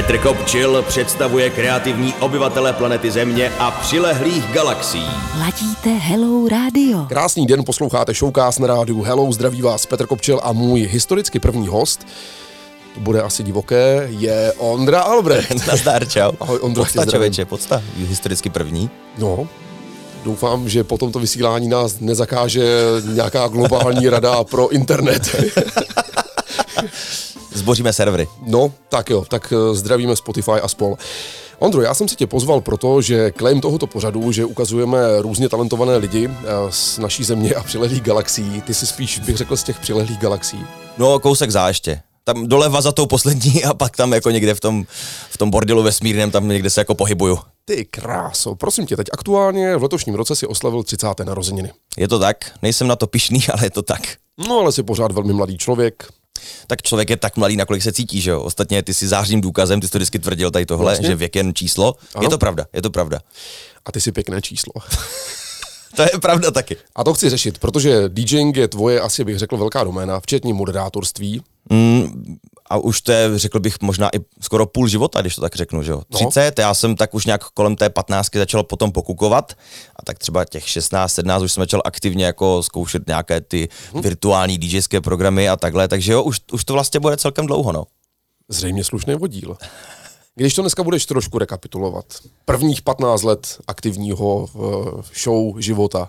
Petr Kopčil představuje kreativní obyvatele planety Země a přilehlých galaxií. Ladíte Hello Radio. Krásný den, posloucháte Showcast na rádiu Hello, zdraví vás Petr Kopčil a můj historicky první host, to bude asi divoké, je Ondra Albrecht. Nazdar, čau. Ahoj Ondro, podsta, člověče, podsta, historicky první. No, doufám, že po tomto vysílání nás nezakáže nějaká globální rada pro internet. Zboříme servery. No, tak jo, tak zdravíme Spotify a spol. Ondro, já jsem si tě pozval proto, že claim tohoto pořadu, že ukazujeme různě talentované lidi z naší Země a přilehlých galaxií. Ty jsi spíš, bych řekl, z těch přilehlých galaxií. No, kousek za ještě. Tam doleva za tou poslední a pak tam jako někde v tom bordelu vesmírném, tam někde se jako pohybuju. Ty kráso, prosím tě, teď aktuálně v letošním roce si oslavil 30. narozeniny. Je to tak, nejsem na to pyšný, ale je to tak. No, ale jsi pořád velmi mladý člověk. Tak člověk je tak mladý, nakolik se cítí, že jo? Ostatně ty jsi zářným důkazem, ty jsi to vždycky tvrdil tady tohle, vlastně? Že věk je jen číslo. Ano. Je to pravda. A ty jsi pěkné číslo. To je pravda taky. A to chci řešit, protože DJing je tvoje, asi bych řekl, velká doména, včetně moderátorství. A už to je, řekl bych, možná i skoro půl života, když to tak řeknu, že jo. 30, já jsem tak už nějak kolem té 15 začal potom pokukovat a tak třeba těch 16, 17 už jsem začal aktivně jako zkoušet nějaké ty virtuální DJské programy a takhle, takže jo, už to vlastně bude celkem dlouho, no. Zřejmě slušný vodíl. Když to dneska budeš trošku rekapitulovat, prvních 15 let aktivního show života.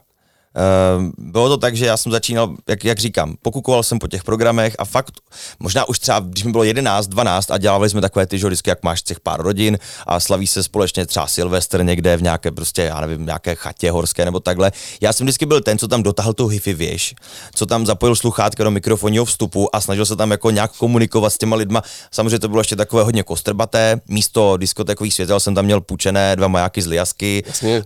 Bylo to tak, že já jsem začínal, jak říkám, pokukoval jsem po těch programech a fakt, možná už třeba, když mi bylo 11, 12 a dělali jsme takové ty žodisky, jak máš těch pár rodin a slaví se společně třeba Silvestr někde v nějaké prostě, já nevím, nějaké chatě horské nebo takhle. Já jsem vždycky byl ten, co tam dotáhl tu hi-fi věž, co tam zapojil sluchátka do mikrofonního vstupu a snažil se tam jako nějak komunikovat s těma lidma. Samozřejmě to bylo ještě takové hodně kostrbaté, místo diskotékových světel jsem tam měl půjčené 2 majáky z Liasky,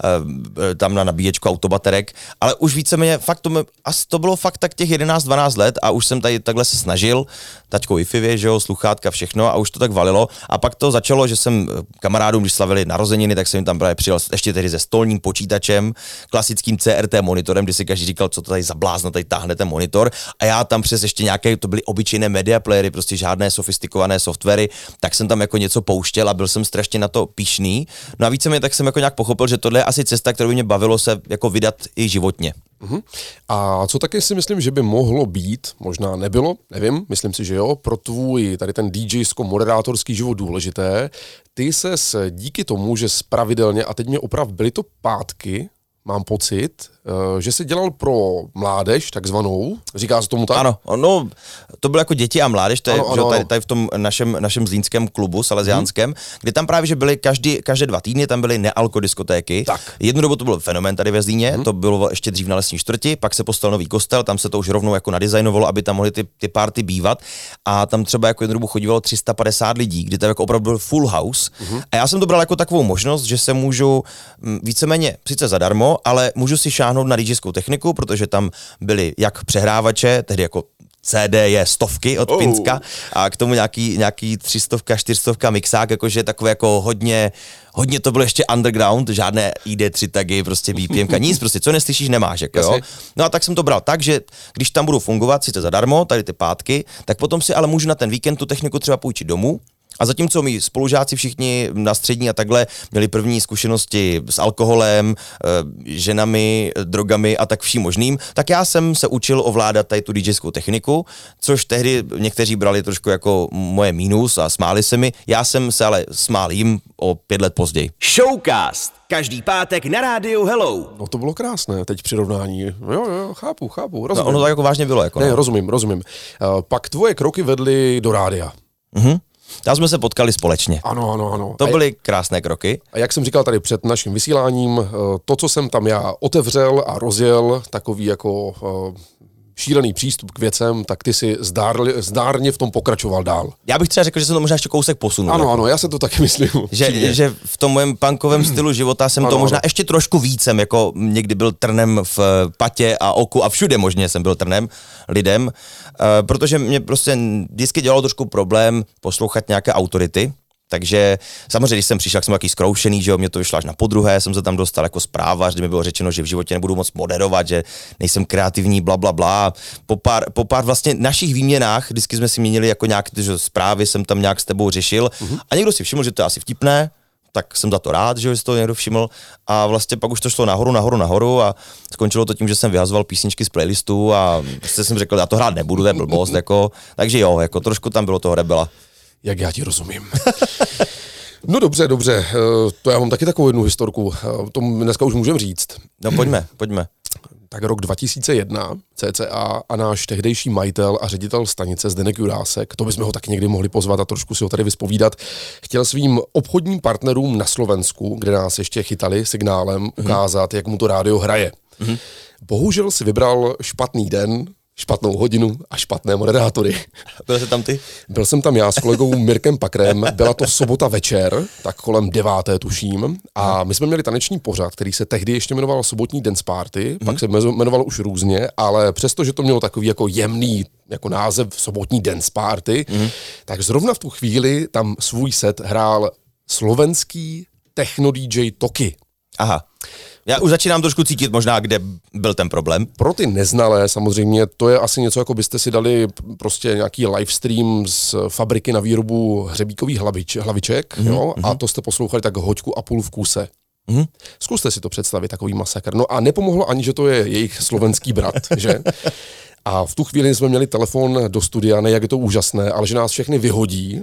tam na nabíječku autobaterek, ale už víceméně, fakt to bylo fakt tak těch 11-12 let a už jsem tady takhle se snažil, taťkou Wi-Fi, že jo, sluchátka, všechno a už to tak valilo a pak to začalo, že jsem kamarádům, když slavili narozeniny, tak jsem jim tam právě přijel ještě tedy se stolním počítačem, klasickým CRT monitorem, kdy si každý říkal, co to tady za blázna, tady táhne ten monitor a já tam přes ještě nějaké, to byly obyčejné media playery, prostě žádné sofistikované softwary, tak jsem tam jako něco pouštěl a byl jsem strašně na to pyšný. No a víceméně tak jsem jako nějak pochopil, že tohle je asi cesta, kterou by mě bavilo se jako vydat i životně. A co taky si myslím, že by mohlo být, možná nebylo, nevím, myslím si, že jo, pro tvůj tady ten DJsko-moderátorský život důležité, ty ses díky tomu, že pravidelně, a teď mě oprav, byly to pátky, mám pocit, že jsi dělal pro mládež, takzvanou, říká se tomu tak? Ano, no, to bylo jako děti a mládež, to je ano. Tady v tom našem zlínském klubu salesiánském, kde tam právě, že byly každé 2 týdny, tam byly nealkodiskotéky. Tak. Jednu dobu to byl fenomén tady ve Zlíně, to bylo ještě dřív na Lesní čtvrti, pak se postavil nový kostel, tam se to už rovnou jako nadizajnovalo, aby tam mohly ty party bývat a tam třeba jako jednu dobu chodívalo 350 lidí, kdy to jako opravdu byl full house. A já jsem to bral jako takovou možnost, že se můžu víceméně sice zadarmo, ale můžu si šáhnout na DJskou techniku, protože tam byly jak přehrávače, tehdy jako CD je 100 od Pinska a k tomu nějaký 300, 400 mixák, jakože takové jako hodně to bylo ještě underground, žádné ID3 tagy, prostě BPMka, nic, prostě co neslyšíš, nemáš, jako jo. No a tak jsem to bral tak, že když tam budu fungovat sice zadarmo, tady ty pátky, tak potom si ale můžu na ten víkend tu techniku třeba půjčit domů. A zatímco mý spolužáci všichni na střední a takhle měli první zkušenosti s alkoholem, ženami, drogami a tak vším možným, tak já jsem se učil ovládat tady tu DJskou techniku, což tehdy někteří brali trošku jako moje mínus a smáli se mi. Já jsem se ale smál jim o 5 let později. Showcast. Každý pátek na rádiu Hello. No to bylo krásné, teď přirovnání. Jo, chápu, rozumím. No, ono to jako vážně bylo. Jako, ne, rozumím. Pak tvoje kroky vedly do rádia. Tam jsme se potkali společně. Ano. To byly krásné kroky. A jak jsem říkal tady před naším vysíláním, to, co jsem tam já otevřel a rozjel, takový jako šílený přístup k věcem, tak ty si zdárně v tom pokračoval dál. Já bych třeba řekl, že jsem to možná ještě kousek posunul. Ano, já se to taky myslím. Že v tom mém punkovém stylu života jsem to možná ještě trošku víc, jsem jako někdy byl trnem v patě a oku a všude možně jsem byl trnem lidem, protože mě prostě vždycky dělalo trošku problém poslouchat nějaké autority, Takže samozřejmě, když jsem přišel, jsem takový zkroušený, že jo, mě to vyšlo až na podruhé, jsem se tam dostal jako zpráva, že mi bylo řečeno, že v životě nebudu moc moderovat, že nejsem kreativní, bla, bla, bla. Po pár vlastně našich výměnách, vždycky jsme si měnili jako nějak, že zprávy jsem tam nějak s tebou řešil a někdo si všiml, že to je asi vtipné, tak jsem za to rád, že si to někdo všiml a vlastně pak už to šlo nahoru a skončilo to tím, že jsem vyhazoval písničky z playlistu a prostě jsem řekl, já to hrát nebudu, to je blbost, jako, takže jo, jako trošku tam bylo toho rebela. Jak já ti rozumím. No dobře, to já mám taky takovou jednu historku, to dneska už můžeme říct. No pojďme. Tak rok 2001 cca a náš tehdejší majitel a ředitel stanice Zdeněk Jurásek, to bychom ho taky někdy mohli pozvat a trošku si ho tady vyspovídat, chtěl svým obchodním partnerům na Slovensku, kde nás ještě chytali signálem, ukázat, jak mu to rádio hraje. Bohužel si vybral špatný den, špatnou hodinu a špatné moderátory. Byl jsi tam ty? Byl jsem tam já s kolegou Mirkem Pakrem, byla to sobota večer, tak kolem 9. tuším, a my jsme měli taneční pořad, který se tehdy ještě jmenoval Sobotní dance party, pak se jmenoval už různě, ale přesto, že to mělo takový jako jemný jako název Sobotní dance party, tak zrovna v tu chvíli tam svůj set hrál slovenský techno DJ Toki. Aha. Já už začínám trošku cítit možná, kde byl ten problém. Pro ty neznalé samozřejmě, to je asi něco, jako byste si dali prostě nějaký livestream z fabriky na výrobu hřebíkových hlaviček, jo? A to jste poslouchali tak hoďku a půl v kuse. Zkuste si to představit, takový masakr. No a nepomohlo ani, že to je jejich slovenský brat, že? A v tu chvíli jsme měli telefon do studia, ne jak je to úžasné, ale že nás všechny vyhodí.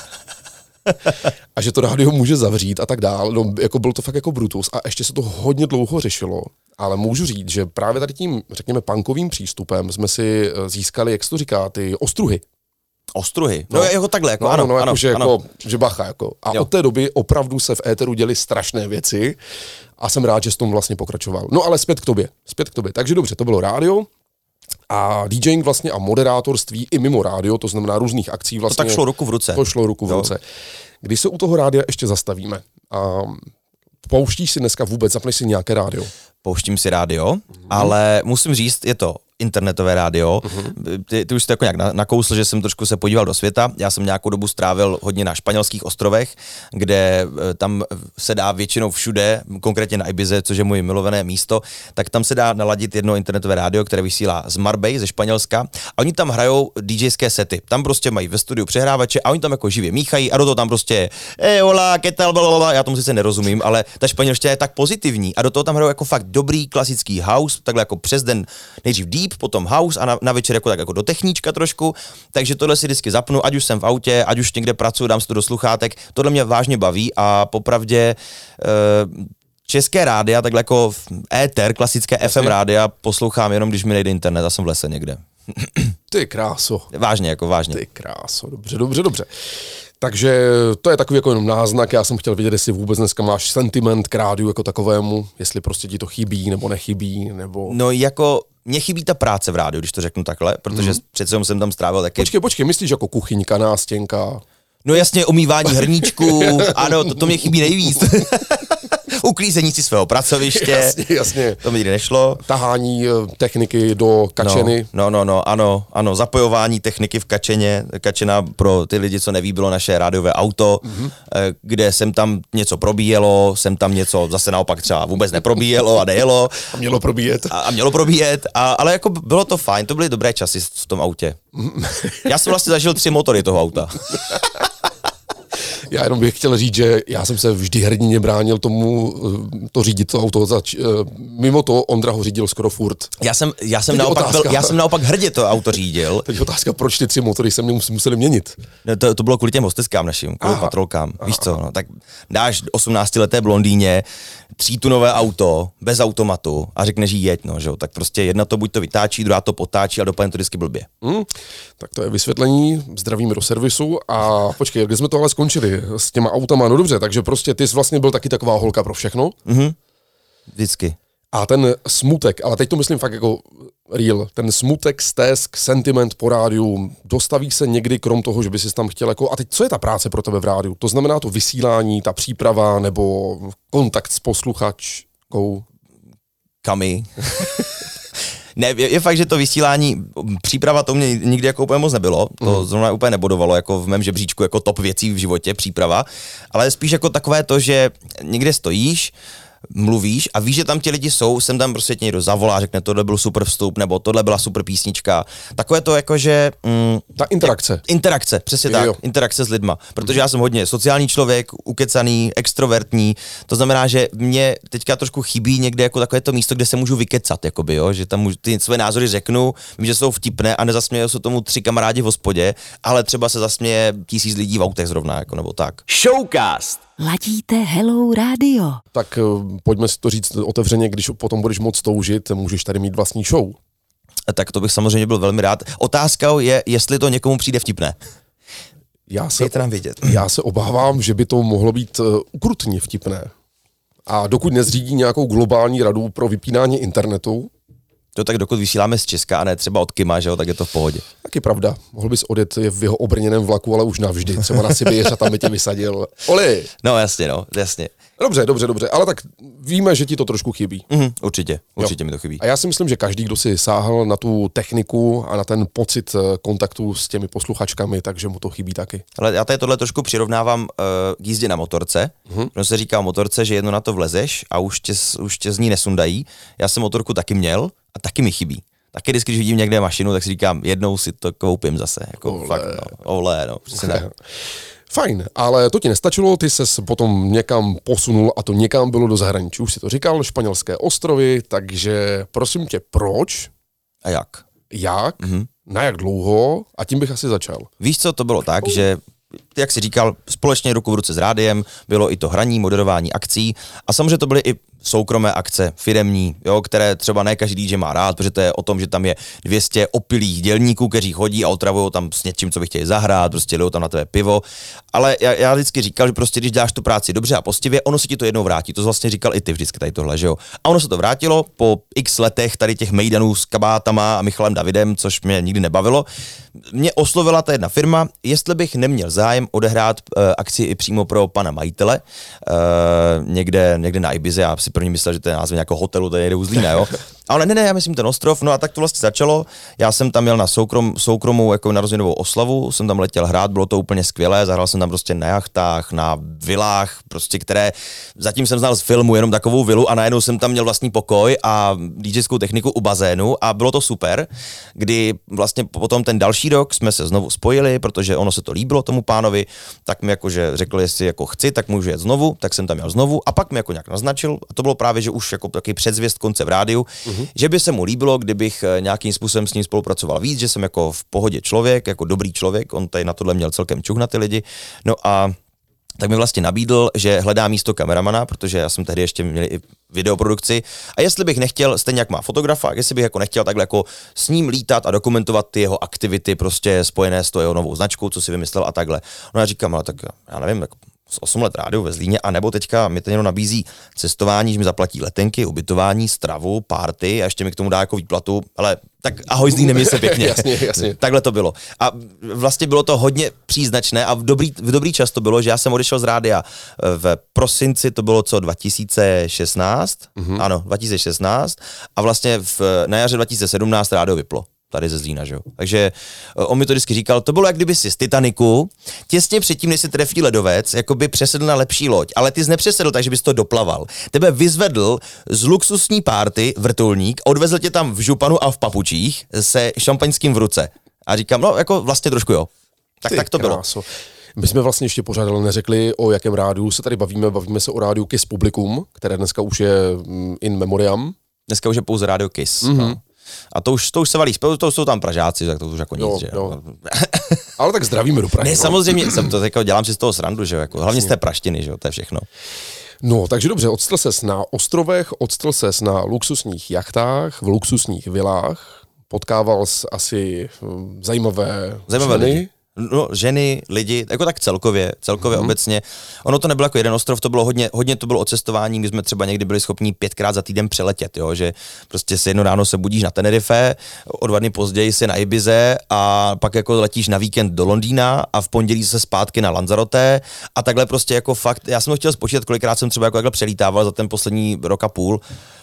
A že to rádio může zavřít a tak dál. No, jako byl to fakt jako brutus a ještě se to hodně dlouho řešilo, ale můžu říct, že právě tady tím, řekněme, punkovým přístupem jsme si získali, jak se to říká, ty ostruhy. Ostruhy? No jako takhle, jako ano, ano. Jako, že bacha, jako. A jo. Od té doby opravdu se v éteru děly strašné věci a jsem rád, že s tom vlastně pokračoval. No ale zpět k tobě. Takže dobře, to bylo rádio. A DJing vlastně a moderátorství i mimo rádio, to znamená různých akcí vlastně. To tak šlo ruku v ruce. To šlo ruku v ruce. Když se u toho rádia ještě zastavíme, pouštíš si dneska vůbec, zapneš si nějaké rádio? Pouštím si rádio, ale musím říct, je to internetové rádio. Ty už jsi to jako nějak nakousl, že jsem trošku se podíval do světa. Já jsem nějakou dobu strávil hodně na španělských ostrovech, kde tam se dá většinou všude, konkrétně na Ibize, což je moje milované místo, tak tam se dá naladit jedno internetové rádio, které vysílá z Marbella, ze Španělska. A oni tam hrajou DJské sety. Tam prostě mají ve studiu přehrávače a oni tam jako živě míchají a do toho tam prostě hola, ¿qué tal, blablabla. Já tomu sice nerozumím, ale ta španělština je tak pozitivní a do toho tam hrajou jako fakt dobrý klasický house, takhle jako přes den nejdřív deep, potom house a na večer jako tak jako do techníčka trošku, takže tohle si vždycky zapnu, ať už jsem v autě, ať už někde pracuji, dám si to do sluchátek, tohle mě vážně baví a popravdě české rádia, takhle jako éter, klasické FM rádia poslouchám jenom, když mi nejde internet a jsem v lese někde. Ty kráso. Vážně, jako vážně. Ty kráso, dobře. Takže to je takový jako jenom náznak, já jsem chtěl vědět, jestli vůbec dneska máš sentiment k rádiu jako takovému, jestli prostě ti to chybí nebo nechybí, nebo... No jako mně chybí ta práce v rádiu, když to řeknu takhle, protože přece jsem tam strávil taky... Počkej, myslíš jako kuchyňka, nástěnka? No jasně, umývání hrníčků, ano, to mě chybí nejvíc. Uklízení si svého pracoviště. Jasně. To mi nikdy nešlo. Tahání techniky do kačeny. No, ano, zapojování techniky v kačeně. Kačena, pro ty lidi, co neví, bylo naše rádiové auto, kde sem tam něco probíjelo, sem tam něco zase naopak třeba vůbec neprobíjelo a nejelo. A mělo probíjet. Ale jako bylo to fajn, to byly dobré časy v tom autě. Já jsem vlastně zažil 3 motory toho auta. Já jenom bych chtěl říct, že já jsem se vždy hrdině bránil tomu to řídit to auto. Mimo to Ondra ho řídil skoro furt. Já jsem naopak hrdě to auto řídil. Teď otázka, proč ty 3 motory se mě museli měnit? No, to bylo kvůli těm hosteskám našim, kvůli patrolkám. Víš co, no, tak dáš 18leté blondýně 3tunové auto, bez automatu a řekneš jí jeď, no, že jo, tak prostě jedna to buď to vytáčí, druhá to potáčí a dopadne to vždycky blbě. Tak to je vysvětlení, zdravíme do servisu a počkej, kde jsme to ale skončili s těma autama, no dobře, takže prostě ty jsi vlastně byl taky taková holka pro všechno. Vždycky. A ten smutek, ale teď to myslím fakt jako real, ten smutek, stesk, sentiment po rádiu, dostaví se někdy krom toho, že by si tam chtěl jako, a teď co je ta práce pro tebe v rádiu? To znamená to vysílání, ta příprava nebo kontakt s posluchačkou? Kami. Ne, je fakt, že to vysílání, příprava to mě nikdy jako úplně moc nebylo, to zrovna úplně nebodovalo jako v mém žebříčku jako top věcí v životě, příprava, ale spíš jako takové to, že někde stojíš, mluvíš a víš, že tam ti lidi jsou, sem tam prostě tě někdo zavolá, řekne, tohle byl super vstup, nebo tohle byla super písnička. Takové to jako, že... Ta interakce. Interakce, přesně tak. Interakce s lidma. Protože já jsem hodně sociální člověk, ukecaný, extrovertní, to znamená, že mě teďka trošku chybí někde jako takové to místo, kde se můžu vykecat, jakoby, jo? Že tam ty své názory řeknu, vím, že jsou vtipné a nezasmějou se tomu 3 kamarádi v hospodě, ale třeba se zasměje 1000 lidí v autech zrovna, jako, nebo tak. Showcast. Ladíte Hello Radio. Tak pojďme si to říct otevřeně, když potom budeš moc toužit, můžeš tady mít vlastní show. Tak to bych samozřejmě byl velmi rád. Otázkou je, jestli to někomu přijde vtipné. Já se obávám, že by to mohlo být ukrutně vtipné. A dokud nezřídí nějakou globální radu pro vypínání internetu, to tak dokud vysíláme z Česka a ne třeba od Kima, že jo, tak je to v pohodě. Taky pravda. Mohl bys odjet v jeho obrněném vlaku, ale už navždy. Třeba na Sibiř a tam by tě vysadil. Oli! No jasně. Dobře, ale tak víme, že ti to trošku chybí. Určitě mi to chybí. A já si myslím, že každý, kdo si sáhl na tu techniku a na ten pocit kontaktu s těmi posluchačkami, takže mu to chybí taky. Ale já tady tohle trošku přirovnávám k jízdě na motorce. No se říká o motorce, že jedno na to vlezeš a už tě z ní nesundají. Já jsem motorku taky měl a taky mi chybí. Taky když vidím někde mašinu, tak si říkám, jednou si to koupím zase. Jako fakt, přesně tak. Fajn, ale to ti nestačilo, ty ses potom někam posunul a to někam bylo do zahraničí. Už si to říkal, Španělské ostrovy, takže prosím tě, proč? A jak? Jak? Na jak dlouho? A tím bych asi začal. Víš co, to bylo tak, že jak jsi říkal, společně ruku v ruce s rádiem, bylo i to hraní, moderování akcí a samozřejmě to byly i soukromé akce, firemní, jo, které třeba ne každý DJ má rád, protože to je o tom, že tam je 200 opilých dělníků, kteří chodí a otravují tam s něčím, co by chtěli zahrát, prostě jdou tam na tebe pivo. Ale já vždycky říkal, že prostě když děláš tu práci dobře a poctivě, ono se ti to jednou vrátí. To vlastně říkal i ty vždycky tady tohle, že jo. A ono se to vrátilo po x letech tady těch mejdanů s kabátama a Michalem Davidem, což mě nikdy nebavilo. Mě oslovila ta jedna firma, jestli bych neměl zájem odehrát akci i přímo pro pana majitele, někde na Ibize. Já si první myslel, že to je název nějakého hotelu, tady jde u Zlína, jo. Ale ne, já myslím ten ostrov, no a tak to vlastně začalo. Já jsem tam jel na soukromou jako narozeninovou oslavu, jsem tam letěl hrát, bylo to úplně skvělé, zahrál jsem tam prostě na jachtách, na vilách, prostě které zatím jsem znal z filmu, jenom takovou vilu a najednou jsem tam měl vlastní pokoj a DJskou techniku u bazénu a bylo to super, kdy vlastně potom ten další rok jsme se znovu spojili, protože ono se to líbilo tomu pánovi, tak mi jakože řekl, jestli jako chci, tak můžu jet znovu, tak jsem tam jel znovu a pak mi jako nějak naznačil, a to bylo právě, že už jako takový předzvěst konce v rádiu, že by se mu líbilo, kdybych nějakým způsobem s ním spolupracoval víc, že jsem jako v pohodě člověk, jako dobrý člověk, on tady na tohle měl celkem čuch na ty lidi, no a tak mi vlastně nabídl, že hledá místo kameramana, protože já jsem tehdy ještě měl i videoprodukci a jestli bych nechtěl, stejně jak má fotografa, jestli bych jako nechtěl takhle jako s ním lítat a dokumentovat ty jeho aktivity prostě spojené s tou jeho novou značkou, co si vymyslel a takhle. No já říkám, ale tak já nevím, tak 8 let rádiu ve Zlíně, a nebo teďka mi ten jenom nabízí cestování, že mi zaplatí letenky, ubytování, stravu, party a ještě mi k tomu dá jako výplatu, ale tak ahoj Zlíne, měj se pěkně. jasně. Takhle to bylo. A vlastně bylo to hodně příznačné a v dobrý čas to bylo, že já jsem odešel z rádia v prosinci, to bylo co, 2016? Ano, 2016 a vlastně na jaře 2017 rádio vyplo. Tady ze Zlína, že jo. Takže on mi to vždycky říkal, to bylo jak kdyby si z Titaniku, těsně předtím, než se trefí ledovec, jakoby přesedl na lepší loď, ale ty jsi nepřesedl, takže bys to doplaval. Tebe vyzvedl z luxusní párty vrtulník, odvezl tě tam v županu a v papučích se šampaňským v ruce. A říkám, no jako vlastně trošku jo. Tak to bylo. My jsme vlastně ještě pořád neřekli, o jakém rádiu se tady bavíme se o rádiu Kiss Publikum, které dneska už je in memoriam. Dneska už je pouze rádio Kiss. No. A to už se valí, to jsou tam Pražáci, tak to už jako nic, že jo. Ale tak zdravíme do Prahy. Ne, samozřejmě, jsem to jako dělám si z toho srandu, že jo, jako, hlavně z té praštiny, že jo, to je všechno. No, takže dobře, odstl ses na ostrovech, odstl ses na luxusních jachtách, v luxusních vilách, potkával jsi asi zajímavé lidi. No, ženy, lidi, jako tak celkově obecně. Ono to nebylo jako jeden ostrov, to bylo hodně to bylo o cestování, my jsme třeba někdy byli schopni 5krát za týden přeletět, jo, že prostě se jedno ráno se budíš na Tenerife, o 2 dny později si na Ibize a pak jako letíš na víkend do Londýna a v pondělí se zpátky na Lanzarote a takhle prostě jako fakt, já jsem chtěl spočítat, kolikrát jsem třeba jako takhle přelítával za ten poslední rok a půl.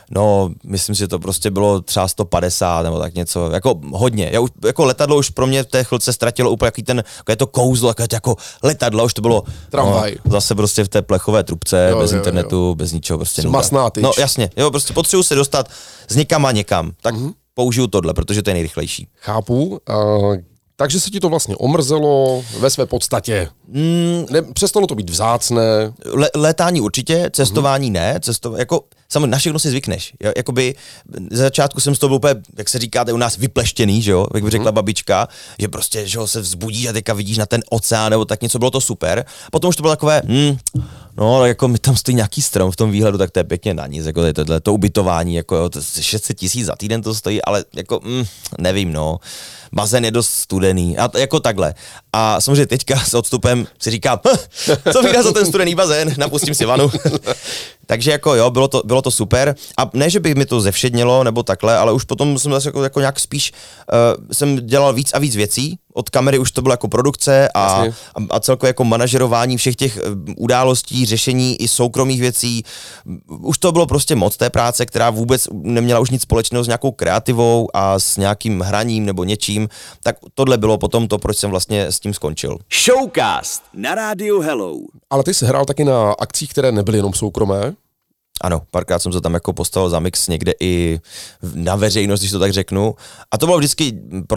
No, myslím si, že to prostě bylo třeba 150 nebo tak něco, jako hodně. Já už, jako letadlo už pro mě v té chvilce ztratilo úplně jaký to kouzlo, jako letadlo, už to bylo zase prostě v té plechové trubce, bez internetu, bez ničeho, prostě masná tyč. No jasně, jo, prostě potřebuji se dostat z někam, tak použiju tohle, protože to je nejrychlejší. Chápu. Takže se ti to vlastně omrzelo ve své podstatě. Přestalo to být vzácné. Létání určitě, cestování ne. Jako, samozřejmě na všechno si zvykneš. Jakoby za začátku jsem z toho byl úplně, jak se říkáte u nás, vypleštěný, že jo, jak by řekla babička, že prostě, že jo, se vzbudíš a teďka vidíš na ten oceán nebo tak něco, bylo to super. Potom už to bylo takové, no, jako mi tam stojí nějaký strom v tom výhledu, tak to je pěkně na nic, jako to ubytování, jako 600 000 za týden to stojí, ale jako, nevím, no. Bazén je dost studený a jako takhle. A samozřejmě teďka s odstupem si říkám, co vyhrá za ten studený bazén, napustím si vanu. Takže jako jo, bylo to super. A ne, že by mi to zevšednilo nebo takhle, ale už potom jsem zase jako nějak spíš jsem dělal víc a víc věcí. Od kamery už to bylo jako produkce a celkově jako manažerování všech těch událostí, řešení i soukromých věcí. Už to bylo prostě moc té práce, která vůbec neměla už nic společného s nějakou kreativou a s nějakým hraním nebo něčím. Tak tohle bylo potom to, proč jsem vlastně s tím skončil. Showcast na rádiu Hello. Ale ty jsi hrál taky na akcích, které nebyly jenom soukromé. Ano, párkrát jsem se tam jako postavil za mix někde i na veřejnost, když to tak řeknu. A to bylo vždycky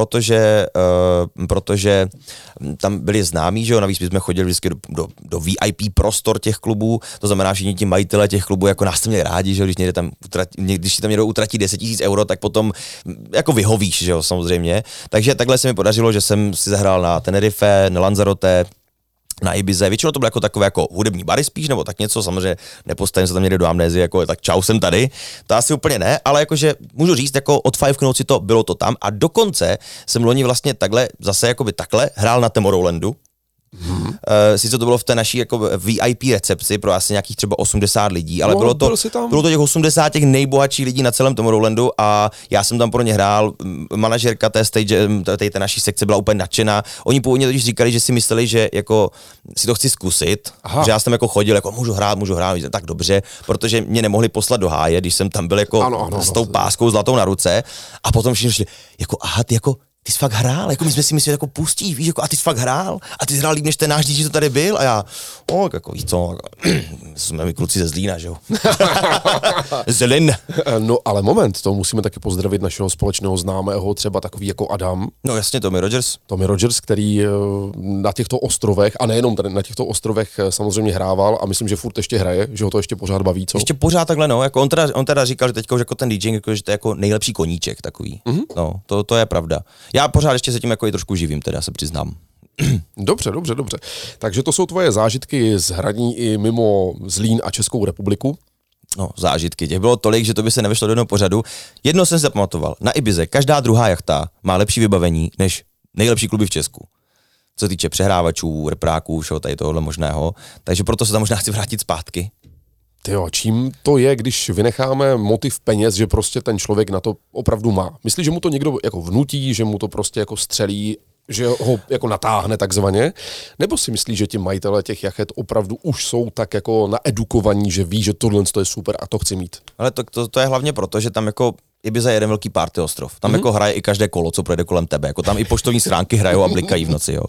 protože tam byli známí, že jo, navíc jsme chodili vždycky do VIP prostor těch klubů, to znamená, že ti majitele těch klubů jako nás měli rádi, že jo, když ti tam někdo utratí 10 000 euro, tak potom jako vyhovíš, že jo, samozřejmě. Takže takhle se mi podařilo, že jsem si zahrál na Tenerife, na Lanzarote, na Ibize. Většinou to bylo jako takové jako hudební bary spíš, nebo tak něco, samozřejmě nepostavím se tam někde do amnézie, jako tak čau, jsem tady. To asi úplně ne, ale jakože můžu říct, jako od Five Knouts to bylo to tam a dokonce jsem loni vlastně takhle, zase jakoby takhle hrál na Tomorrowlandu. Sice to bylo v té naší jako VIP recepci pro asi nějakých třeba 80 lidí, ale bylo to těch 80 těch nejbohatších lidí na celém Tomorrowlandu a já jsem tam pro ně hrál, manažerka té stage, té naší sekce byla úplně nadšená. Oni původně totiž říkali, že si mysleli, že jako si to chci zkusit, že já jsem jako chodil, jako můžu hrát, tak dobře, protože mě nemohli poslat do háje, když jsem tam byl jako s tou páskou zlatou na ruce a potom všichni šli, jako aha, ty jsi fakt hrál, jako my jsme si mysleli, jako pustíš, víš, jako a ty jsi fakt hrál a ty jsi hrál líp než ten náš DJ, co tady byl a já, jako víš co, jsme my kluci ze Zlína, že jo. Zlín. No ale moment, to musíme taky pozdravit našeho společného známého, třeba takový jako Adam. No jasně, Tommy Rogers, který na těchto ostrovech, a nejenom tady na těchto ostrovech samozřejmě hrával a myslím, že furt ještě hraje, že ho to ještě pořád baví, co? Ještě pořád takhle, no, jako on teda říkal, že teďka už jako ten DJ, jako, že to je jako nejlepší koníček takový, no, to je pravda. Já pořád ještě se tím jako i trošku živím, teda se přiznám. Dobře. Takže to jsou tvoje zážitky z hraní i mimo Zlín a Českou republiku? No, zážitky. Těch bylo tolik, že to by se nevešlo do jednoho pořadu. Jedno jsem si zapamatoval. Na Ibize každá druhá jachta má lepší vybavení než nejlepší kluby v Česku. Co se týče přehrávačů, repráků, všeho tady tohohle možného. Takže proto se tam možná chci vrátit zpátky. Tyjo, čím to je, když vynecháme motiv peněz, že prostě ten člověk na to opravdu má? Myslíš, že mu to někdo jako vnutí, že mu to prostě jako střelí, že ho jako natáhne takzvaně? Nebo si myslíš, že ti majitelé těch jachet opravdu už jsou tak jako naedukovaní, že ví, že tohle je super a to chci mít? Ale to je hlavně proto, že tam jako Ibiza je jeden velký party ostrov. Tam jako hraje i každé kolo, co projde kolem tebe. Jako tam i poštovní schránky hrajou a blikají v noci, jo.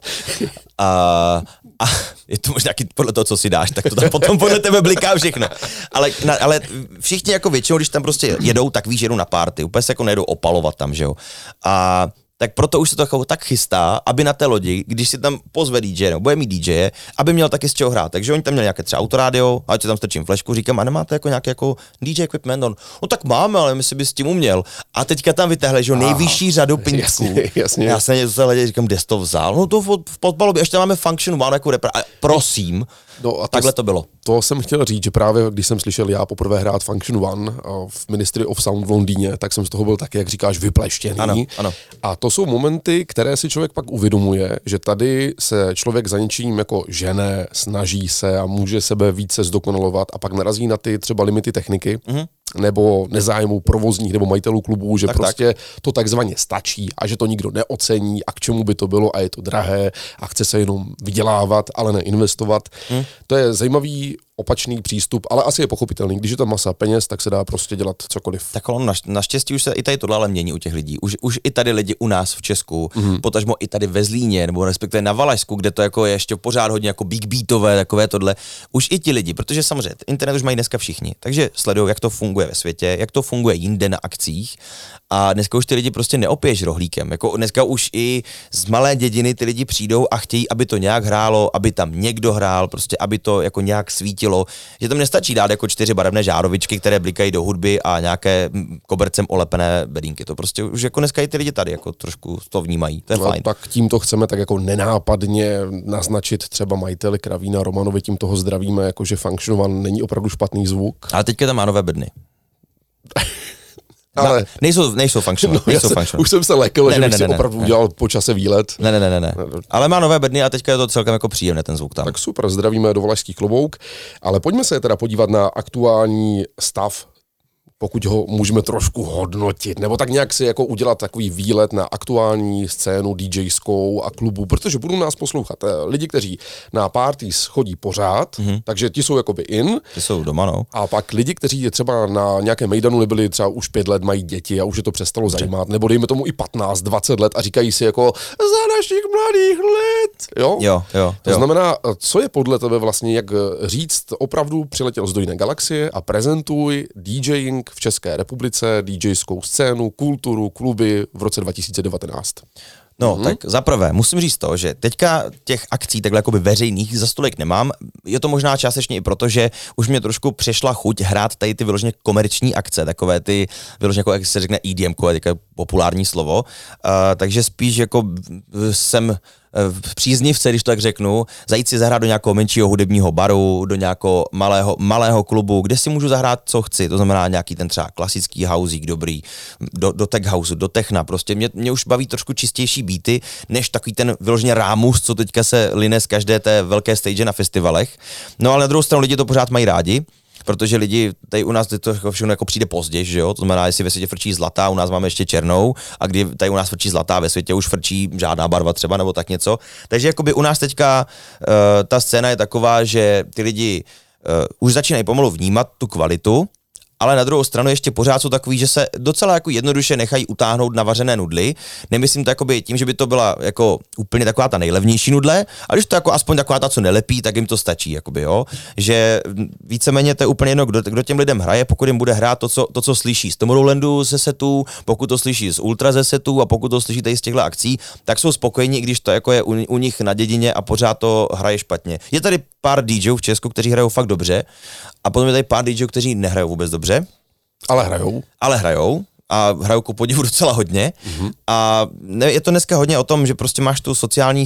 A je to možná taky podle toho, co si dáš, tak to tam potom podle tebe bliká všechno. Ale všichni jako většinou, když tam prostě jedou, tak víš, že jedou na party. Úplně se jako nejedou opalovat tam, že jo. A tak proto už se to tak chystá, aby na té lodi, když si tam pozve DJ, nebo bude mít DJ, aby měl taky z čeho hrát. Takže oni tam měli nějaké třeba autorádio, ať si tam strčím flešku, říkám, a nemáte jako nějaký jako DJ equipment? No tak máme, ale my si by s tím uměl. A teďka tam vytáhle, že nejvyšší řadu pinčků. Jasně. Já se něco hledě, říkám, kde jsi to vzal? No to v podbalu, ještě máme Function One jako repra. Prosím. No a takhle to bylo. To jsem chtěl říct, že právě když jsem slyšel já poprvé hrát Function One v Ministry of Sound v Londýně, tak jsem z toho byl taky, jak říkáš, vypleštěný. Ano. A to jsou momenty, které si člověk pak uvědomuje, že tady se člověk za něčím jako žene, snaží se a může sebe více zdokonalovat a pak narazí na ty třeba limity techniky. Nebo nezájmu provozních nebo majitelů klubů, že prostě to takzvaně stačí a že to nikdo neocení a k čemu by to bylo a je to drahé a chce se jenom vydělávat, ale neinvestovat. To je zajímavý opačný přístup, ale asi je pochopitelný. Když je tam masa peněz, tak se dá prostě dělat cokoliv. Tak naštěstí už se i tady tohle ale mění u těch lidí. Už i tady lidi u nás v Česku, potažmo i tady ve Zlíně, nebo respektive na Valašsku, kde to jako je ještě pořád hodně jako big beatové, takové tohle. Už i ti lidi, protože samozřejmě internet už mají dneska všichni, takže sledují, jak to funguje ve světě, jak to funguje jinde na akcích. A dneska už ty lidi prostě neopiješ rohlíkem. Jako dneska už i z malé dědiny ty lidi přijdou a chtějí, aby to nějak hrálo, aby tam někdo hrál, prostě aby to jako nějak svítilo. Že tam nestačí dát jako 4 barevné žárovičky, které blikají do hudby a nějaké kobercem olepené bedínky. To prostě už jako dneska i ty lidi tady jako trošku to vnímají. To je fajn. Tak tímto chceme tak jako nenápadně naznačit třeba majiteli Kravína Romanovi, tím toho zdravíme, jako že Function One není opravdu špatný zvuk. Ale teďka tam má nové bedny. Ale nejsou functional. Už jsem se lekl, že bych si opravdu udělal po čase výlet. Ne. Ale má nové bedny a teďka je to celkem jako příjemné ten zvuk tam. Tak super, zdravíme do Valašských Klobouk, ale pojďme se teda podívat na aktuální stav, pokud ho můžeme trošku hodnotit, nebo tak nějak si jako udělat takový výlet na aktuální scénu DJskou a klubu, protože budou nás poslouchat lidi, kteří na parties chodí pořád, takže ti jsou jakoby in. Ty jsou doma, no. A pak lidi, kteří třeba na nějakém mejdanu nebyli třeba už 5 let, mají děti a už je to přestalo zajímat, nebo dejme tomu i 15, 20 let a říkají si jako za našich mladých let, jo? To znamená, co je podle tebe vlastně, jak říct, opravdu přiletěl z do jiné galaxie a prezentuj DJing v České republice, DJskou scénu, kulturu, kluby v roce 2019. No, tak zaprvé musím říct to, že teďka těch akcí takhle jakoby veřejných za stolik nemám. Je to možná částečně i proto, že už mě trošku přešla chuť hrát tady ty vyloženě komerční akce, takové ty vyloženě jako, jak se řekne EDM, je populární slovo. Takže spíš jako jsem příznivce, když to tak řeknu, zajít si zahrát do nějakého menšího hudebního baru, do nějakého malého klubu, kde si můžu zahrát, co chci, to znamená nějaký ten třeba klasický houseík dobrý, do tech houseu, do techna, prostě mě už baví trošku čistější beaty, než takový ten vyloženě rámus, co teďka se line z každé té velké stage na festivalech. No ale na druhou stranu lidi to pořád mají rádi, protože lidi, tady u nás to všechno jako přijde pozdě, že jo, to znamená, jestli ve světě frčí zlatá, u nás máme ještě černou, a kdy tady u nás frčí zlatá, ve světě už frčí žádná barva třeba, nebo tak něco. Takže jakoby u nás teďka ta scéna je taková, že ty lidi už začínají pomalu vnímat tu kvalitu, ale na druhou stranu ještě pořád jsou takový, že se docela jako jednoduše nechají utáhnout na vařené nudly. Nemyslím to jakoby tím, že by to byla jako úplně taková ta nejlevnější nudle, ale když to jako aspoň taková ta, co nelepí, tak jim to stačí, jakoby, jo. Že víceméně to je úplně jedno, kdo těm lidem hraje, pokud jim bude hrát to, co slyší z Tomorrowlandu ze setů, pokud to slyší z Ultra ze setů a pokud to slyší tady z těchto akcí, tak jsou spokojení, i když to jako je u nich na dědině a pořád to hraje špatně. Je tady pár DJů v Česku, kteří hrajou fakt dobře, a potom je tady pár DJů, kteří nehrajou vůbec dobře. Ale hrajou a hrajou ku podivu docela hodně. A je to dneska hodně o tom, že prostě máš tu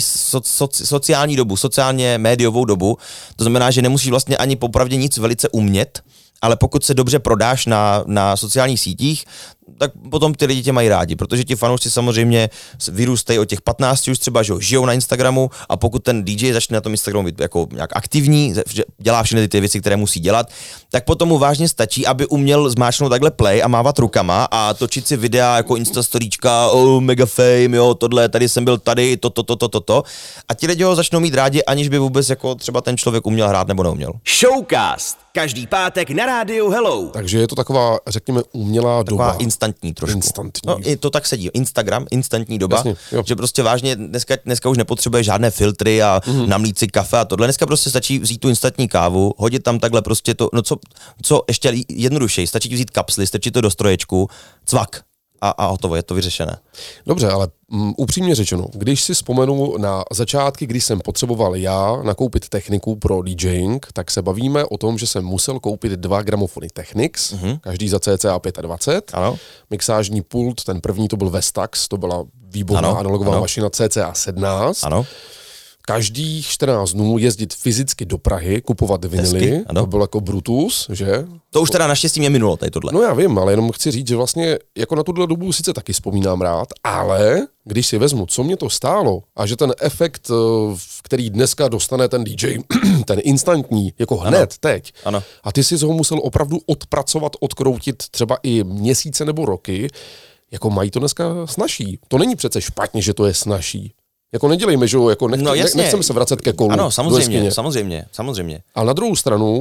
sociální dobu, sociálně médiovou dobu. To znamená, že nemusíš vlastně ani popravdě nic velice umět, ale pokud se dobře prodáš na sociálních sítích, tak potom ty lidi tě mají rádi, protože ti fanoušci samozřejmě vyrůstají od těch 15 už třeba, že žijou na Instagramu, a pokud ten DJ začne na tom Instagramu být jako nějak aktivní, dělá všechny ty věci, které musí dělat, tak potom mu vážně stačí, aby uměl zmáčknout takhle play a mávat rukama a točit si videa jako Instastoríčka, mega fame, jo, tohle, tady jsem byl tady, to. A ti lidi ho začnou mít rádi, aniž by vůbec jako třeba ten člověk uměl hrát nebo neuměl. Showcast. Každý pátek na rádiu Hello. Takže je to taková, řekněme, umělá doba. Taková instantní trošku. No, i to tak sedí. Instagram, instantní doba. Jasně, že prostě vážně dneska už nepotřebuje žádné filtry a namlít si kafe a tohle. Dneska prostě stačí vzít tu instantní kávu, hodit tam takhle prostě to, no co ještě jednodušeji, stačí vzít kapsly, stačí to do stroječku, cvak. A hotovo, je to vyřešené. Dobře, ale upřímně řečeno, když si vzpomenu na začátky, kdy jsem potřeboval já nakoupit techniku pro DJing, tak se bavíme o tom, že jsem musel koupit 2 gramofony Technics, každý za cca 25. Ano. Mixážní pult, ten první to byl Vestax, to byla výborná analogová mašina cca 17. Ano. Každých 14 dnů jezdit fyzicky do Prahy, kupovat vinily, to byl jako Brutus, že? To už teda naštěstí mě minulo tady tohle. No já vím, ale jenom chci říct, že vlastně jako na tuhle dobu sice taky vzpomínám rád, ale když si vezmu, co mě to stálo a že ten efekt, který dneska dostane ten DJ, ten instantní, jako hned, teď, a ty si ho musel opravdu odpracovat, odkroutit třeba i měsíce nebo roky, jako mají to dneska snazší. To není přece špatně, že to je snazší. Jako nedělejme, že jako nechceme se vracet ke kolu. Ano, samozřejmě. A na druhou stranu,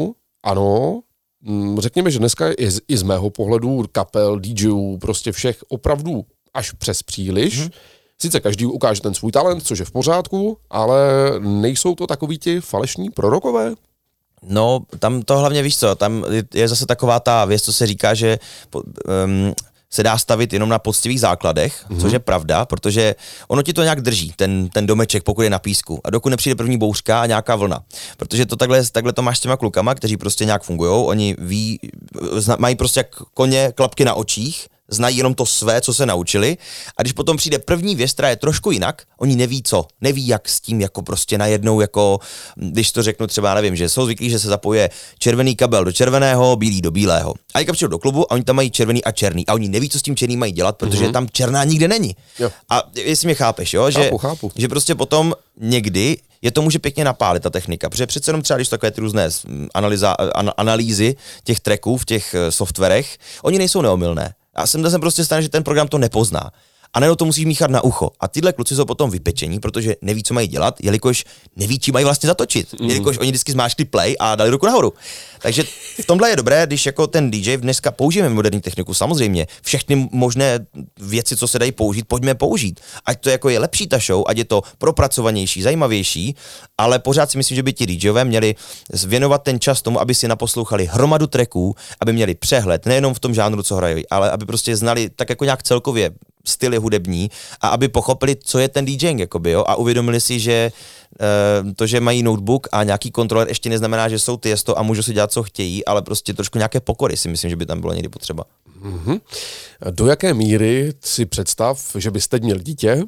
ano, řekněme, že dneska je i z mého pohledu kapel, DJů, prostě všech opravdu až přes příliš. Sice každý ukáže ten svůj talent, což je v pořádku, ale nejsou to takoví ti falešní prorokové? No, tam to hlavně víš co, tam je zase taková ta věc, co se říká, že se dá stavit jenom na poctivých základech, což je pravda, protože ono ti to nějak drží, ten domeček, pokud je na písku. A dokud nepřijde první bouřka a nějaká vlna. Protože to takhle to máš s těma klukama, kteří prostě nějak fungujou, oni mají prostě jak koně klapky na očích, znají jenom to své, co se naučili, a když potom přijde první věc, která je trošku jinak, oni neví jak s tím jako prostě najednou, jako když to řeknu třeba, nevím, že jsou zvyklí, že se zapoje červený kabel do červeného, bílý do bílého. A když přijdou do klubu a oni tam mají červený a černý a oni neví, co s tím černým mají dělat, protože tam černá nikde není. Jo. A jestli mě chápeš, jo, chápu. Že prostě potom někdy je to může pěkně napálit ta technika, protože přece jenom třeba, když takové ty různé analýzy těch tracků v těch softwarech, oni nejsou neomylné. A sem prostě stane, že ten program to nepozná. A najednou to musíš míchat na ucho. A tyhle kluci jsou potom vypečení, protože neví, co mají dělat, jelikož neví, čím mají vlastně zatočit. Jelikož oni vždycky zmáčkli play a dali ruku nahoru. Takže v tomhle je dobré, když jako ten DJ dneska použijeme moderní techniku, samozřejmě. Všechny možné věci, co se dají použít, pojďme použít. Ať to jako je lepší ta show, ať je to propracovanější, zajímavější, ale pořád si myslím, že by ti DJové měli věnovat ten čas tomu, aby si naposlouchali hromadu tracků, aby měli přehled, nejenom v tom žánru, co hrají, ale aby prostě znali tak jako nějak celkově styly hudební a aby pochopili, co je ten DJing, jakoby, jo, a uvědomili si, že to, že mají notebook a nějaký kontroler, ještě neznamená, že jsou Tiesto a můžou si dělat, co chtějí, ale prostě trošku nějaké pokory si myslím, že by tam bylo někdy potřeba. Do jaké míry si představ, že bys teď měl dítě?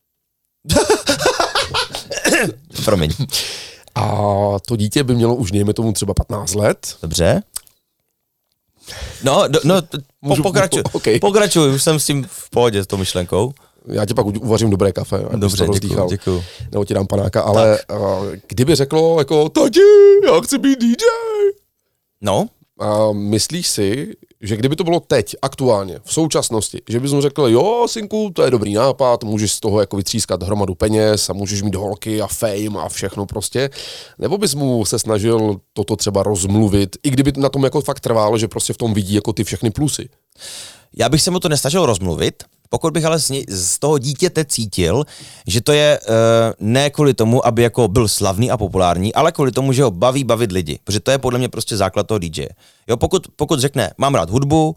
Promiň. A to dítě by mělo už, dejme tomu, třeba 15 let. Dobře. Pokračuj, už jsem s tím v pohodě, s tou myšlenkou. Já ti pak uvařím dobré kafe. Dobře, děkuju. Nebo ti dám panáka, ale kdyby řeklo jako, tati, já chci být DJ. No. A myslíš si, že kdyby to bylo teď, aktuálně, v současnosti, že bys mu řekl, jo, synku, to je dobrý nápad, můžeš z toho jako vytřískat hromadu peněz a můžeš mít holky a fame a všechno prostě, nebo bys mu se snažil toto třeba rozmluvit, i kdyby na tom jako fakt trválo, že prostě v tom vidí jako ty všechny plusy? Já bych se mu to nesnažil rozmluvit, pokud bych ale z toho dítěte cítil, že to je ne kvůli tomu, aby jako byl slavný a populární, ale kvůli tomu, že ho baví bavit lidi, protože to je podle mě prostě základ toho DJ. Jo, pokud řekne, mám rád hudbu,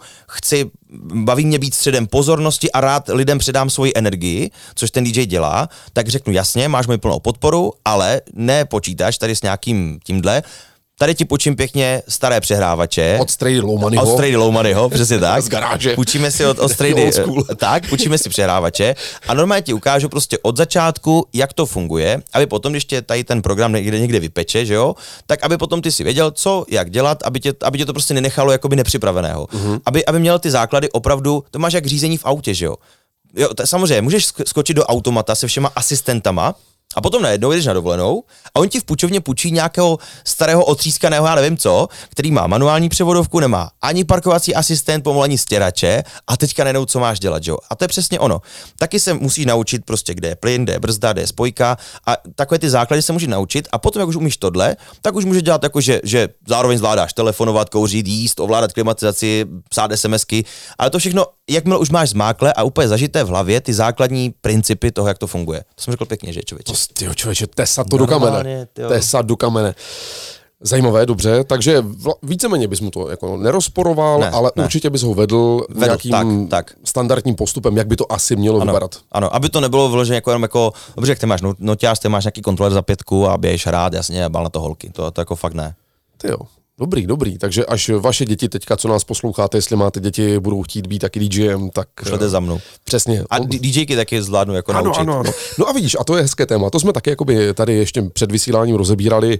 baví mě být středem pozornosti a rád lidem předám svoji energii, což ten DJ dělá, tak řeknu jasně, máš moji plnou podporu, ale nepočítáš tady s nějakým tímhle. Tady ti půjčím pěkně staré přehrávače. Od Strady Lowmoneyho, přesně tak. Z garáže. Půjčíme si od Strady, tak, půjčíme si přehrávače a normálně ti ukážu prostě od začátku, jak to funguje, aby potom, když tě tady ten program někde vypeče, že jo, tak aby potom ty si věděl, co, jak dělat, aby tě to prostě nenechalo jakoby nepřipraveného. Aby měl ty základy opravdu, to máš jak řízení v autě, že jo. Jo, samozřejmě, můžeš skočit do automata se všema asistentama, a potom najednou jdeš na dovolenou a on ti v půjčovně půjčí nějakého starého otřískaného, já nevím co, který má manuální převodovku, nemá ani parkovací asistent, pomalu ani stěrače a teďka najednou co máš dělat, jo? A to je přesně ono. Taky se musíš naučit prostě, kde je plyn, kde je brzda, kde je spojka a takové ty základy se můžeš naučit a potom, jak už umíš tohle, tak už můžeš dělat jako, že zároveň zvládáš telefonovat, kouřit, jíst, ovládat klimatizaci, psát SMSky, ale to všechno, jakmile už máš zmákle a úplně zažité v hlavě ty základní principy toho, jak to funguje. To jsem řekl pěkně, že člověče. Tyjo, člověče, tesa to do kamene. Tesa do kamene. Zajímavé, dobře, takže víceméně bys mu to jako nerozporoval, ale určitě bys ho vedl nějakým standardním postupem, jak by to asi mělo vypadat. Ano, aby to nebylo vložené jako dobře, jak ty máš noťář, ty máš nějaký kontroler za 5 a běžeš hrát, jasně, bal na to holky, to jako fakt ne. Tyjo. Dobrý, takže až vaše děti teďka, co nás posloucháte, jestli máte děti, budou chtít být taky DJem, tak... Šlete za mnou. Přesně. A DJky taky zvládnu jako naučit. Ano. No a vidíš, a to je hezké téma, to jsme taky jakoby tady ještě před vysíláním rozebírali.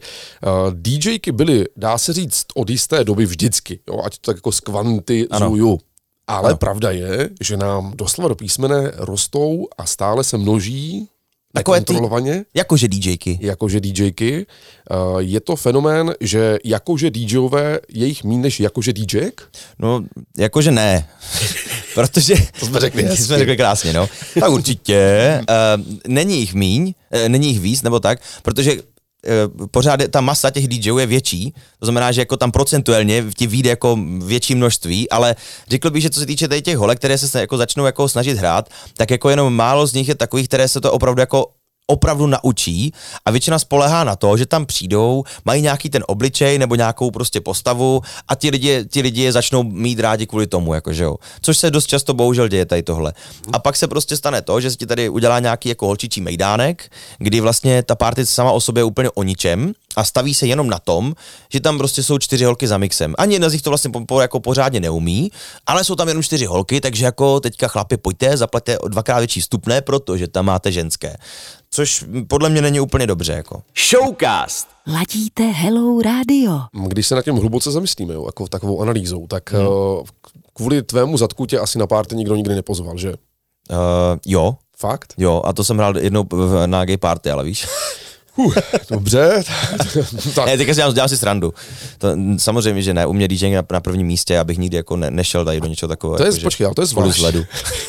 DJky byly, dá se říct, od jisté doby vždycky, jo, ať to tak jako skvantizuju. Ale pravda je, že nám doslova do písmene rostou a stále se množí nekontrolovaně. Jakože DJky. Jakože DJky. Je to fenomén, že jakože DJové je jich míň než jakože DJek? No, jakože ne. Protože... To jsme řekli hezky. Jsme řekli krásně, no. Tak určitě. Není jich míň, není jich víc, nebo tak, protože pořád ta masa těch DJů je větší, to znamená, že jako tam procentuálně ti vyjde jako větší množství, ale řekl bych, že co se týče těch holek, které se jako začnou jako snažit hrát, tak jako jenom málo z nich je takových, které se to opravdu naučí a většina spolehá na to, že tam přijdou, mají nějaký ten obličej nebo nějakou prostě postavu a ti lidi je začnou mít rádi kvůli tomu, jako, že jo. Což se dost často bohužel děje tady tohle. A pak se prostě stane to, že se ti tady udělá nějaký jako holčičí mejdánek, kdy vlastně ta party sama o sobě je úplně o ničem a staví se jenom na tom, že tam prostě jsou 4 holky za mixem. Ani jedna z nich to vlastně jako pořádně neumí, ale jsou tam jenom 4 holky, takže jako teďka chlapi, pojďte, zaplaťte 2x větší vstupné, protože tam máte ženské. Což podle mě není úplně dobře, jako. Showcast. Ladíte Hello Radio. Když se nad tím hluboce zamyslíme, jo, jako takovou analýzou, tak kvůli tvému zadku tě asi na party nikdo nikdy nepozval, že? Jo. Fakt? Jo, a to jsem hrál jednou na gay party, ale víš. Dobře. Tak. Ne, teďka si dělám si srandu. To, samozřejmě, že ne, u mě DJing na prvním místě, abych nikdy jako nešel tady do něčeho takového. To je, jako, počkej, ale to je zvlášť.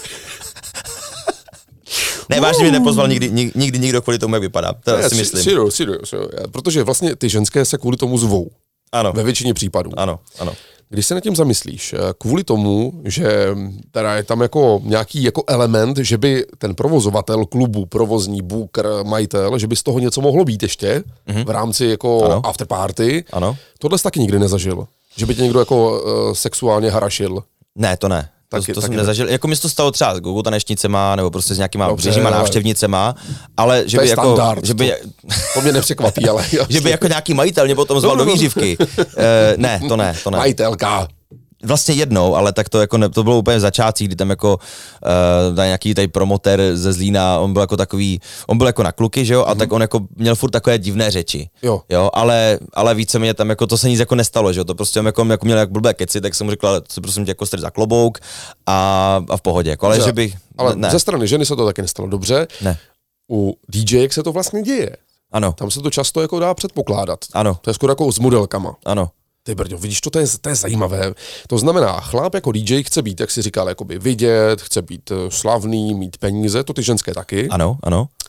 Ne, vážně mě nepozval nikdy nikdo kvůli tomu, jak vypadá. To si myslím. Serious, protože vlastně ty ženské se kvůli tomu zvou. Ano. Ve většině případů. Ano. Když se nad tím zamyslíš, kvůli tomu, že teda je tam jako nějaký jako element, že by ten provozovatel klubu, provozní, booker, majitel, že by z toho něco mohlo být ještě v rámci jako afterparty, tohle jsi taky nikdy nezažil. Že by tě někdo jako sexuálně harašil. Ne, to ne. To jsem nezažil. Jako mi to stalo třeba s Google tanečnicema, nebo prostě s nějakýma břežíma návštěvnicema, ale že by jako... Standard, to mě nepřekvapí, ale... že by jako nějaký majitel mě potom zval do výřivky. Ne, to ne. Majitelka. Vlastně jednou, ale tak to jako to bylo úplně v začátcích, kdy tam jako nějaký tady promotér ze Zlína, on byl jako na kluky, že jo, a tak on jako měl furt takové divné řeči. Jo, ale víceméně tam jako to se nic jako nestalo, že jo, to prostě on jako měl jak blbé keci, tak jsem mu řekl, ale co prosím tě jako strč za klobouk a v pohodě, jako, ale že bych... Ale ze strany ženy se to taky nestalo, dobře. Ne. U DJek se to vlastně děje. Ano. Tam se to často jako dá předpokládat. Ano. To je skoro jako s modelkama. Ano. Ty brďo, vidíš, to je zajímavé. To znamená, chlap jako DJ chce být, jak jsi říkal, jakoby vidět, chce být slavný, mít peníze, to ty ženské taky. Ano.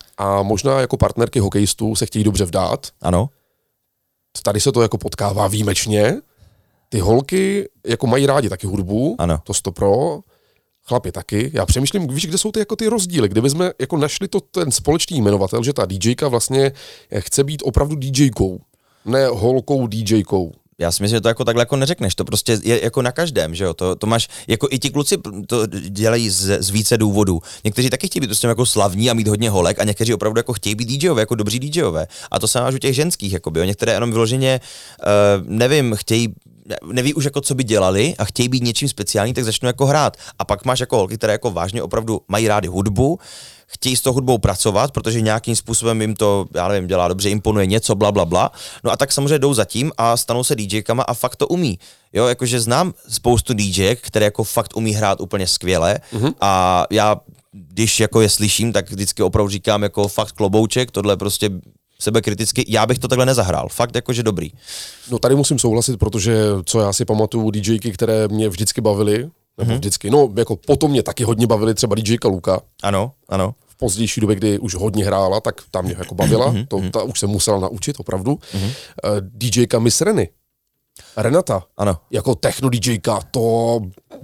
A možná jako partnerky hokejistů se chtějí dobře vdát. Ano. Tady se to jako potkává výjimečně. Ty holky jako mají rádi taky hudbu, ano. To 100%. Chlapi taky. Já přemýšlím, víš, kde jsou ty, jako ty rozdíly, kdyby jsme jako našli ten společný jmenovatel, že ta DJka vlastně chce být opravdu DJkou, ne holkou DJkou. Já si myslím, že to jako takhle jako neřekneš, to prostě je jako na každém, že jo, to máš, jako i ti kluci to dělají z více důvodů. Někteří taky chtějí být prostě jako slavní a mít hodně holek a někteří opravdu jako chtějí být DJové, jako dobří DJové. A to se máš u těch ženských, jakoby, některé jenom vyloženě, nevím, neví už jako co by dělali a chtějí být něčím speciálním, tak začnou jako hrát. A pak máš jako holky, které jako vážně opravdu mají rády hudbu, chtějí s tou hudbou pracovat, protože nějakým způsobem jim to, já nevím, dělá dobře, imponuje něco, bla. No a tak samozřejmě jdou za tím a stanou se DJkama a fakt to umí. Jo, jakože znám spoustu DJek, které jako fakt umí hrát úplně skvěle a já, když jako je slyším, tak vždycky opravdu říkám jako fakt klobouček, tohle prostě sebekriticky, já bych to takhle nezahrál, fakt jakože dobrý. No tady musím souhlasit, protože co já si pamatuju DJky, které mě vždycky bavily, nebo vždycky, no jako potom mě taky hodně bavily třeba DJka Luka. Ano. V pozdější době, kdy už hodně hrála, tak tam mě jako bavila, ta už se musela naučit, opravdu. DJka Miss Renata, ano. Jako techno DJka, to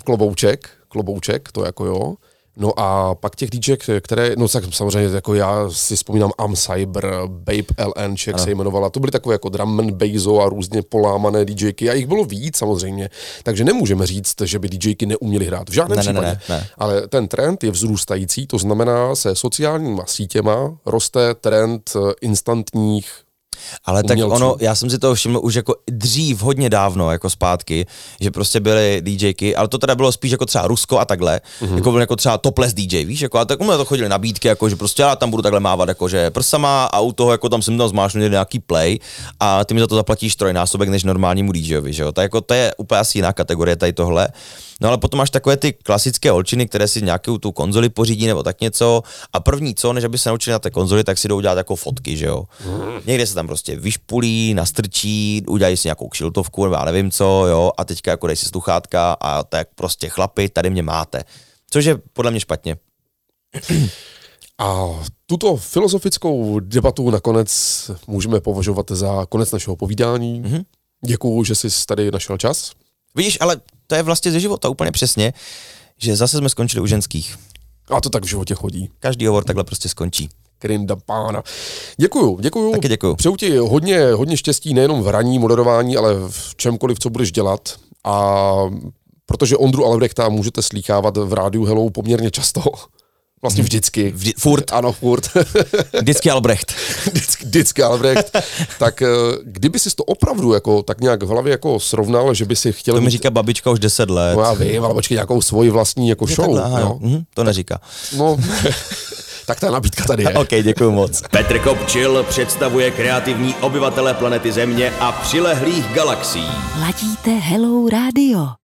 klobouček, to jako jo. No a pak těch DJek, které, no tak samozřejmě jako já si vzpomínám Cyber, Babe LN, jak se jmenovala, to byly takové jako drum and basso a různě polámané DJky a jich bylo víc samozřejmě, takže nemůžeme říct, že by DJky neuměly hrát, v žádném případě. Ne. Ale ten trend je vzrůstající, to znamená se sociálníma sítěma roste trend instantních ale tak umělců. ono, já jsem si to všiml už jako dřív, hodně dávno, jako zpátky, že prostě byly DJky, ale to teda bylo spíš jako třeba Rusko a takhle, jako byl jako třeba topless DJ, víš, jako a tak na to chodili nabídky, jako že prostě já tam budu takhle mávat, jako že prsama a u toho jako tam jsem tam zmášlil nějaký play a ty mi za to zaplatíš trojnásobek než normálnímu DJovi, že jo, tak jako to je úplně asi jiná kategorie tady tohle. No ale potom máš takové ty klasické holčiny, které si nějakou tu konzoli pořídí nebo tak něco a první co, než aby se naučili na té konzoli, tak si jdou dělat jako fotky, že jo. Někde se tam prostě vyšpulí, nastrčí, udělají si nějakou kšiltovku nebo já nevím co, jo, a teďka jako dej si sluchátka a tak prostě chlapi, tady mě máte. Což je podle mě špatně. A tuto filozofickou debatu nakonec můžeme považovat za konec našeho povídání. Děkuju, že jsi tady našel čas. Vidíš, ale to je vlastně ze života úplně přesně, že zase jsme skončili u ženských. A to tak v životě chodí. Každý hovor takhle prostě skončí. Krinda pána. Děkuju. Taky děkuju. Přeju ti hodně štěstí nejenom v hraní, moderování, ale v čemkoliv, co budeš dělat. A protože Ondru Albrechta můžete slýchávat v rádiu Hello poměrně často. Vlastně vždycky. Furt. Ano, furt. Vždycky Albrecht. Vždycky Albrecht. Tak kdyby si to opravdu jako tak nějak v hlavě jako srovnal, že by si chtěl... To mi říká babička už 10 let. No já vím, ale počkej, nějakou svoji vlastní jako show. Takhle, aha, no. To neříká. No, tak ta nabídka tady je. OK, děkuju moc. Petr Kopčil představuje kreativní obyvatele planety Země a přilehlých galaxií. Ladíte Hello Radio.